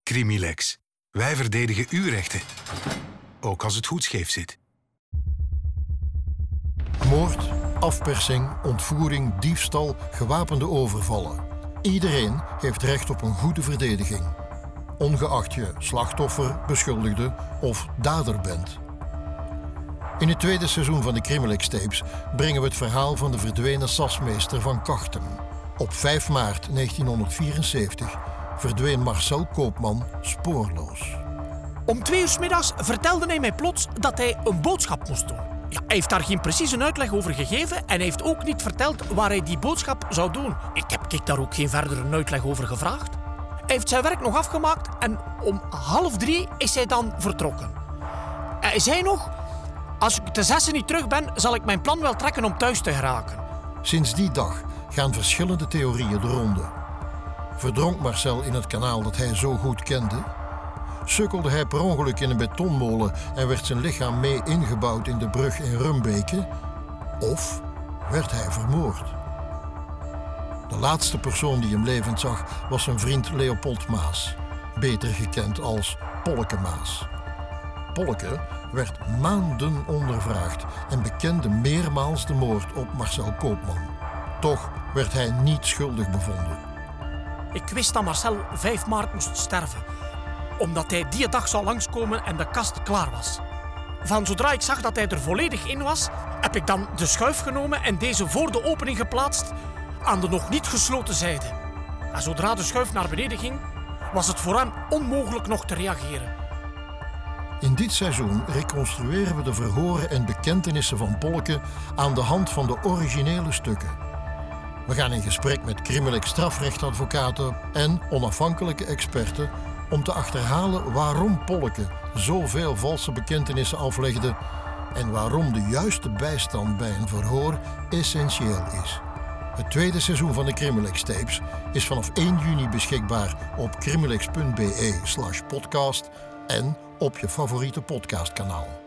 Crimilex. Wij verdedigen uw rechten. Ook als het goed scheef zit. Moord, afpersing, ontvoering, diefstal, gewapende overvallen. Iedereen heeft recht op een goede verdediging. Ongeacht je slachtoffer, beschuldigde of dader bent. In het tweede seizoen van de Crimilex-tapes brengen we het verhaal van de verdwenen sasmeester van Kachten. Op 5 maart 1974 verdween Marcel Koopman spoorloos. Om 2 uur 's middags vertelde hij mij plots dat hij een boodschap moest doen. Ja, hij heeft daar geen precieze uitleg over gegeven en hij heeft ook niet verteld waar hij die boodschap zou doen. Ik heb daar ook geen verdere uitleg over gevraagd. Hij heeft zijn werk nog afgemaakt en om 2:30 is hij dan vertrokken. Hij zei nog: als ik te 6 niet terug ben, zal ik mijn plan wel trekken om thuis te geraken. Sinds die dag gaan verschillende theorieën de ronde. Verdronk Marcel in het kanaal dat hij zo goed kende? Sukkelde hij per ongeluk in een betonmolen en werd zijn lichaam mee ingebouwd in de brug in Rumbeke? Of werd hij vermoord? De laatste persoon die hem levend zag was zijn vriend Leopold Maas, beter gekend als Polleke Maas. Polleke werd maanden ondervraagd en bekende meermaals de moord op Marcel Koopman. Toch werd hij niet schuldig bevonden. Ik wist dat Marcel 5 maart moest sterven, omdat hij die dag zou langskomen en de kast klaar was. Van zodra ik zag dat hij er volledig in was, heb ik dan de schuif genomen en deze voor de opening geplaatst aan de nog niet gesloten zijde. En zodra de schuif naar beneden ging, was het voor hem onmogelijk nog te reageren. In dit seizoen reconstrueren we de verhoren en bekentenissen van Polleke aan de hand van de originele stukken. We gaan in gesprek met Crimilex strafrechtadvocaten en onafhankelijke experten om te achterhalen waarom Polleke zoveel valse bekentenissen aflegde en waarom de juiste bijstand bij een verhoor essentieel is. Het tweede seizoen van de Crimilex-tapes is vanaf 1 juni beschikbaar op crimilex.be/podcast en op je favoriete podcastkanaal.